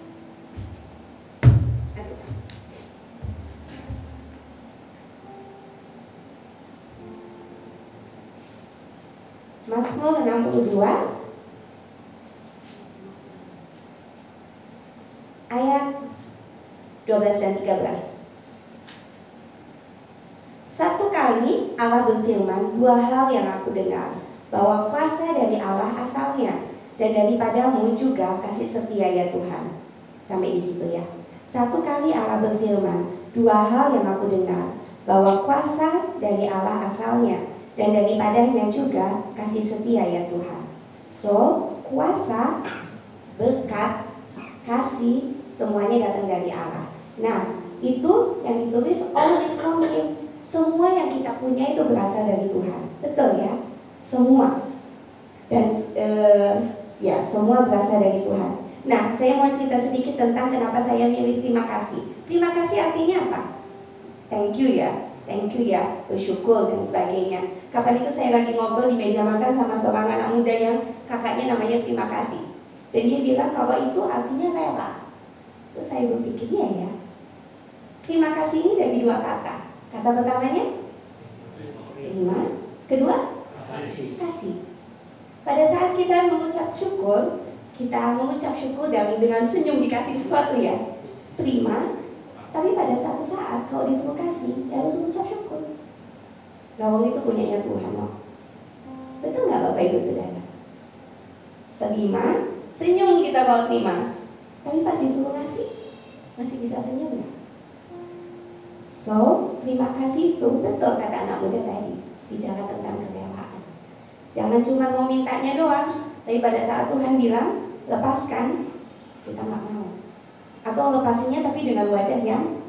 A: Aduh. Mazmur 62 ayat 12 dan 13. Satu kali Allah berfirman, dua hal yang aku dengar, bahwa kuasa dari Allah asalnya, dan daripadamu juga kasih setia ya Tuhan. Sampai di situ ya. Satu kali Allah berfirman, dua hal yang aku dengar, bahwa kuasa dari Allah asalnya, dan daripadanya juga kasih setia ya Tuhan. So, kuasa, berkat, kasih, semuanya datang dari Allah. Nah, itu yang ditulis all is from Him. Semua yang kita punya itu berasal dari Tuhan. Betul ya? Semua. Dan ya, semua berasal dari Tuhan. Nah, saya mau cerita sedikit tentang kenapa saya milih terima kasih. Terima kasih artinya apa? Thank you ya. Thank you ya, bersyukur dan sebagainya. Kapan itu saya lagi ngobrol di meja makan sama seorang anak muda yang kakaknya namanya terima kasih. Dan dia bilang kalau itu artinya rela. Terus saya berpikir ya. Terima kasih ini dari dua kata. Kata pertamanya terima, kedua kasih. Pada saat kita mengucap syukur, kita mengucap syukur dan dengan senyum dikasih sesuatu ya. Terima, tapi pada satu saat kalau disuruh kasih, ya harus mengucap syukur. Gawang itu punyanya Tuhan loh. Betul nggak Bapak Ibu Saudara? Terima, senyum kita kalau terima, tapi pas disuruh kasih, masih bisa senyum nggak? So, terima kasih itu betul kata anak muda tadi, bicara tentang kerelaan. Jangan cuma mau mintanya doang, tapi pada saat Tuhan bilang lepaskan, kita nggak mau. Atau lepasinya tapi dengan wajah yang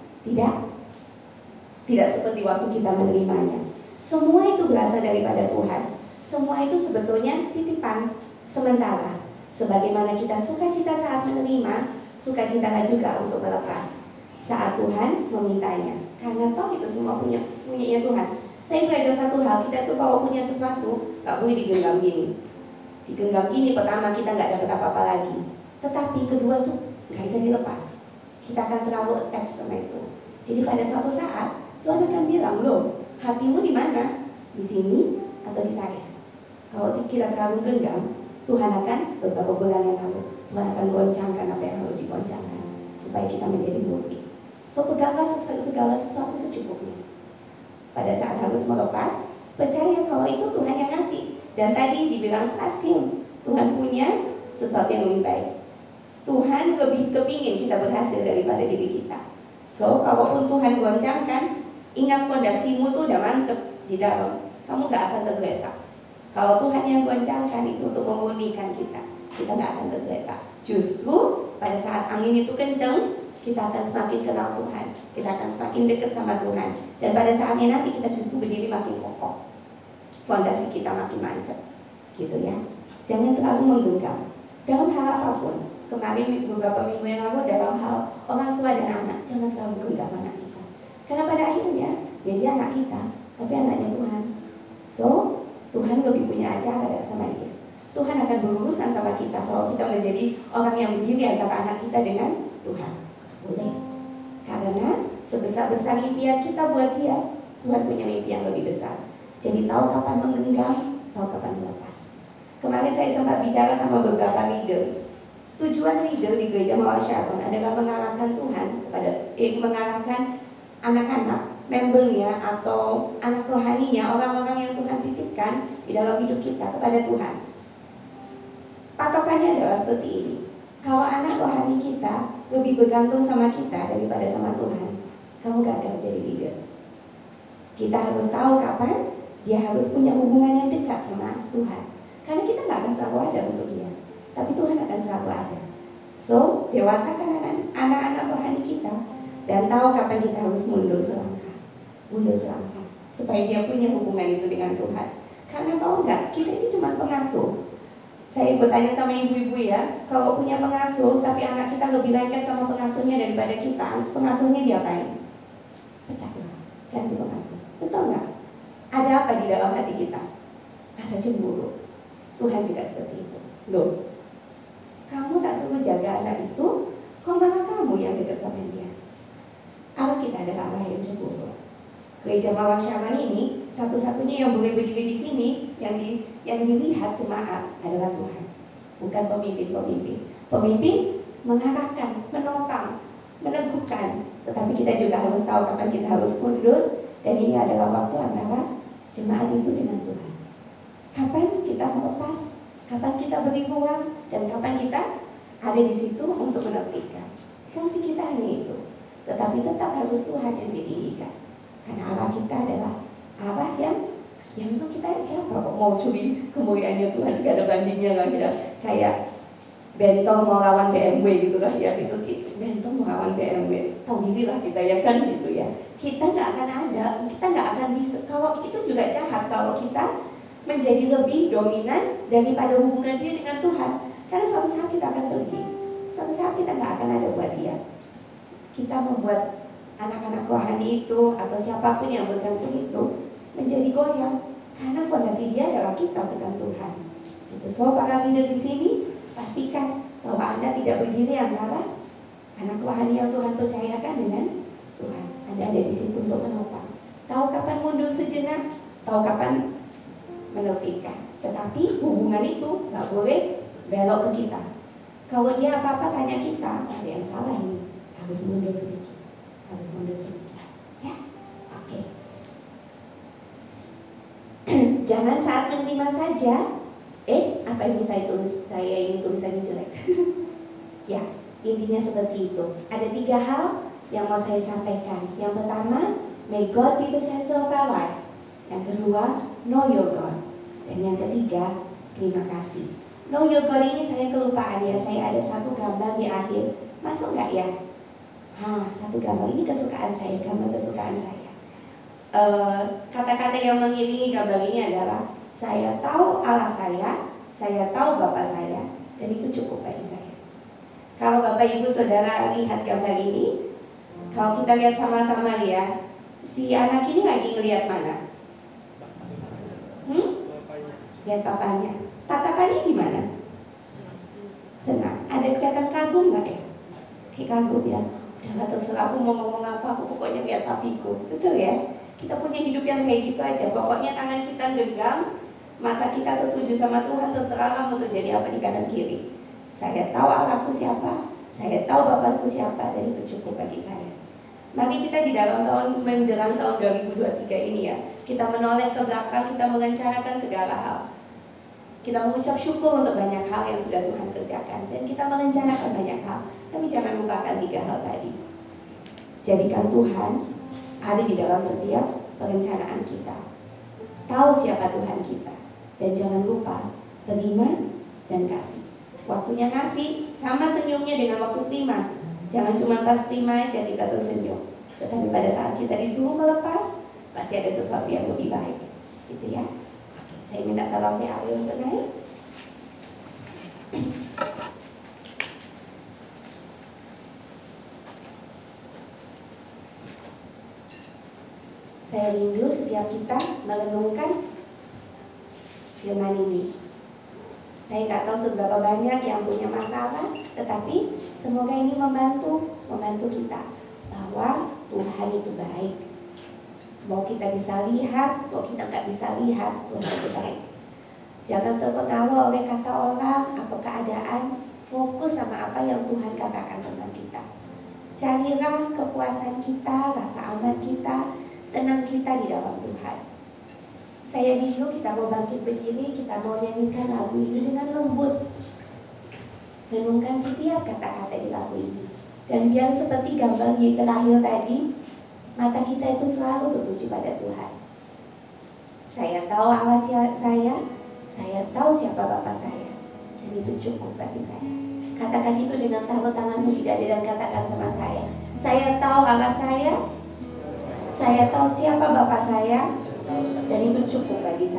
A: tidak seperti waktu kita menerimanya. Semua itu berasal daripada Tuhan. Semua itu sebetulnya titipan sementara. Sebagaimana kita sukacita saat menerima, sukacitalah juga untuk melepas saat Tuhan memintanya. Karena toh itu semua punyanya Tuhan. Saya belajar satu hal, kita tuh kalau punya sesuatu gak boleh digenggam gini. Digenggam gini pertama kita gak dapat apa-apa lagi. Tetapi kedua tuh gak bisa dilepas. Kita akan terlalu attach sama itu. Jadi pada suatu saat Tuhan akan bilang, loh hatimu di mana? Di sini atau di saya? Kalau kita terlalu genggam, Tuhan akan beberapa bulan yang lalu Tuhan akan goncangkan apa yang harus digoncangkan supaya kita menjadi murni. So peganglah segala sesuatu secukupnya. Pada saat harus melepas, percaya kalau itu Tuhan yang ngasih. Dan tadi dibilang trust Him. Tuhan punya sesuatu yang lebih baik. Tuhan lebih kepingin kita berhasil daripada diri kita. So kalaupun Tuhan goncangkan, ingat fondasimu tuh udah mantep di dalam. Kamu gak akan tergeletak. Kalau Tuhan yang goncangkan itu untuk memurnikan kita gak akan tergeletak. Justru pada saat angin itu kencang, kita akan semakin kenal Tuhan, kita akan semakin dekat sama Tuhan. Dan pada saatnya nanti kita justru berdiri makin kokoh, fondasi kita makin mancep, gitu ya. Jangan terlalu menggenggam dalam hal apapun. Kemarin beberapa minggu yang lalu dalam hal orang tua dan anak, jangan terlalu genggam anak kita. Karena pada akhirnya dia anak kita, tapi anaknya Tuhan. So Tuhan lebih punya acara sama dia. Tuhan akan berurusan sama kita kalau kita menjadi orang yang berdiri antara anak kita dengan Tuhan. Boleh. Karena sebesar-besar impian kita buat dia, Tuhan punya mimpi yang lebih besar. Jadi tahu kapan menggenggam, tahu kapan melepas. Kemarin saya sempat bicara sama beberapa leader. Tujuan leader di gereja Mawar Sharon adalah mengarahkan Tuhan kepada mengarahkan anak-anak, membernya atau anak rohaninya, orang-orang yang Tuhan titipkan di dalam hidup kita kepada Tuhan. Patokannya adalah seperti ini. Kalau anak rohani kita lebih bergantung sama kita daripada sama Tuhan, kamu gak akan jadi leader. Kita harus tahu kapan dia harus punya hubungan yang dekat sama Tuhan. Karena kita gak akan selalu ada untuk dia, tapi Tuhan akan selalu ada. So, dewasakan anak-anak rohani kita dan tahu kapan kita harus mundur selangkah, supaya dia punya hubungan itu dengan Tuhan. Karena kalau enggak, kita ini cuma pengasuh. Saya bertanya sama ibu-ibu ya, kalau punya pengasuh tapi anak kita lebih lengket sama pengasuhnya daripada kita, pengasuhnya diapain? Pecahlah, ganti pengasuh. Betul nggak? Ada apa di dalam hati kita? Rasa cemburu. Tuhan juga seperti itu. Loh, kamu tak suruh jaga anak itu, kok malah kamu yang dekat sama dia? Allah kita adalah Allah yang cemburu. Gereja Mawar Syaman ini satu-satunya yang boleh berdiri di sini, yang dilihat jemaat adalah Tuhan, bukan pemimpin-pemimpin. Pemimpin mengarahkan, menopang, meneguhkan, tetapi kita juga harus tahu kapan kita harus mundur. Dan ini adalah waktu antara jemaat itu dengan Tuhan. Kapan kita melepas, kapan kita beri ruang, dan kapan kita ada di situ untuk menepikan. Fungsi kita hanya itu, tetapi tetap harus Tuhan yang ditinggikan. Karena Allah kita adalah Allah yang memang kita siapa kok mau curi kemuliaannya Tuhan, gak ada bandingnya lah ya. Kayak Benton mau lawan BMW gitu lah ya, itu Benton mau lawan BMW, tahu diri lah kita ya kan gitu ya. Kita nggak akan ada, kita nggak akan bisa. Kalau itu juga jahat kalau kita menjadi lebih dominan daripada hubungan dia dengan Tuhan. Karena suatu saat kita akan pergi, suatu saat kita nggak akan ada buat dia. Kita membuat anak-anak rohani itu atau siapapun yang bergantung itu menjadi goyang karena fondasi dia adalah kita, bukan Tuhan. Itu so para leader di sini pastikan bahwa Anda tidak berdiri antara anak rohani yang Tuhan percayakan dengan Tuhan. Anda ada di situ untuk menopang. Tahu kapan mundur sejenak, tahu kapan menertibkan. Tetapi hubungan itu nggak boleh belok ke kita. Kalau dia apa-apa tanya kita, ada yang salah ini, harus mundur sedikit. Harus mundur sedikit, ya, oke. Jangan saat menerima saja. Apa ini saya tulis? Saya ini tulisannya jelek. Ya, intinya seperti itu. Ada 3 hal yang mau saya sampaikan. Yang pertama, may God be the center of our life. Yang kedua, know your God. Dan yang ketiga, terima kasih. Know your God ini saya kelupaan ya. Saya ada satu gambar di akhir. Masuk nggak ya? Satu gambar ini kesukaan saya, gambar kesukaan saya. Kata-kata yang mengiringi gambar ini adalah saya tahu Allah saya tahu Bapak saya, dan itu cukup bagi saya. Kalau Bapak Ibu Saudara lihat gambar ini, kalau kita lihat sama-sama ya, si anak ini lagi ngelihat mana? Lihat bapaknya. Tatapannya gimana? Senang. Ada kelihatan kagum nggak ya? Kayak kagum ya. Udah terserah aku mau ngomong apa, aku pokoknya lihat papiku. Betul ya? Kita punya hidup yang kayak gitu aja. Pokoknya tangan kita genggam, mata kita tertuju sama Tuhan, terserahlah mau terjadi apa di kanan kiri. Saya tahu Allahku siapa, saya tahu Bapakku siapa, dan itu cukup bagi saya. Mari kita di dalam tahun menjelang tahun 2023 ini ya, kita menoleh ke belakang, kita merencanakan segala hal. Kita mengucap syukur untuk banyak hal yang sudah Tuhan kerjakan, dan kita merencanakan banyak hal. Tapi jangan lupakan 3 hal tadi. Jadikan Tuhan ada di dalam setiap perencanaan kita. Tahu siapa Tuhan kita, dan jangan lupa terima dan kasih. Waktunya kasih sama senyumnya dengan waktu terima. Jangan cuma pas terima aja kita tersenyum, tetapi pada saat kita disuruh melepas, pasti ada sesuatu yang lebih baik, gitu ya. Oke, saya minta tolong ya Ali untuk naik. Saya rindu setiap kita merenungkan firman ini. Saya nggak tahu seberapa banyak yang punya masalah, tetapi semoga ini membantu kita bahwa Tuhan itu baik. Mau kita bisa lihat, mau kita nggak bisa lihat, Tuhan itu baik. Jangan terpengaruh oleh kata orang atau keadaan. Fokus sama apa yang Tuhan katakan tentang kita. Carilah kepuasan kita, rasa aman kita, tenang kita di dalam Tuhan. Saya rindu kita mau bangkit berdiri, kita mau nyanyikan lagu ini dengan lembut. Renungkan setiap kata-kata di lagu ini. Dan biar seperti gambar di terakhir tadi, mata kita itu selalu tertuju pada Tuhan. Saya tahu Allah saya tahu siapa Bapak saya, dan itu cukup bagi saya. Katakan itu dengan taruh tanganmu tidak ada, dan katakan sama saya tahu Allah saya tahu siapa Bapak saya, dan itu cukup bagi saya.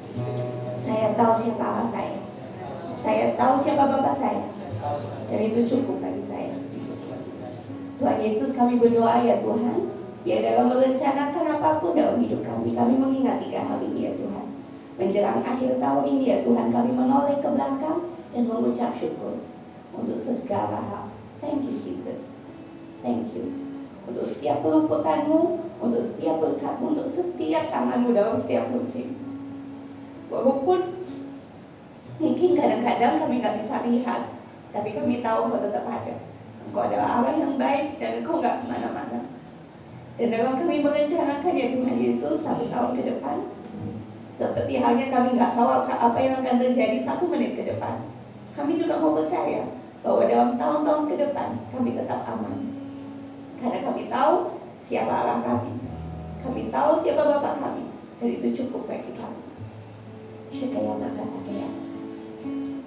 A: Saya tahu siapa Allah saya. Saya tahu siapa Bapak saya. Dan itu cukup bagi saya. Tuhan Yesus, kami berdoa ya Tuhan, ya dalam merencanakan apapun dalam hidup kami mengingat 3 hal ini ya Tuhan. Menjelang akhir tahun ini ya Tuhan, kami menoleh ke belakang dan mengucap syukur untuk segala hal. Thank you Jesus. Thank you. Untuk setiap peluputanmu, untuk setiap berkatmu, untuk setiap tanganmu dalam setiap musim. Walaupun mungkin kadang-kadang kami gak bisa lihat, tapi kami tahu Kau tetap ada. Engkau adalah Allah yang baik dan Engkau gak kemana-mana. Dan dalam kami merencanakan ya Tuhan Yesus 1 tahun ke depan, seperti halnya kami gak tahu apa yang akan terjadi 1 menit ke depan, kami juga mau percaya bahwa dalam tahun-tahun ke depan kami tetap aman. Karena kami tahu siapa Allah kami. Kami tahu siapa Bapa kami. Dan itu cukup bagi kami. Syukaya maka tak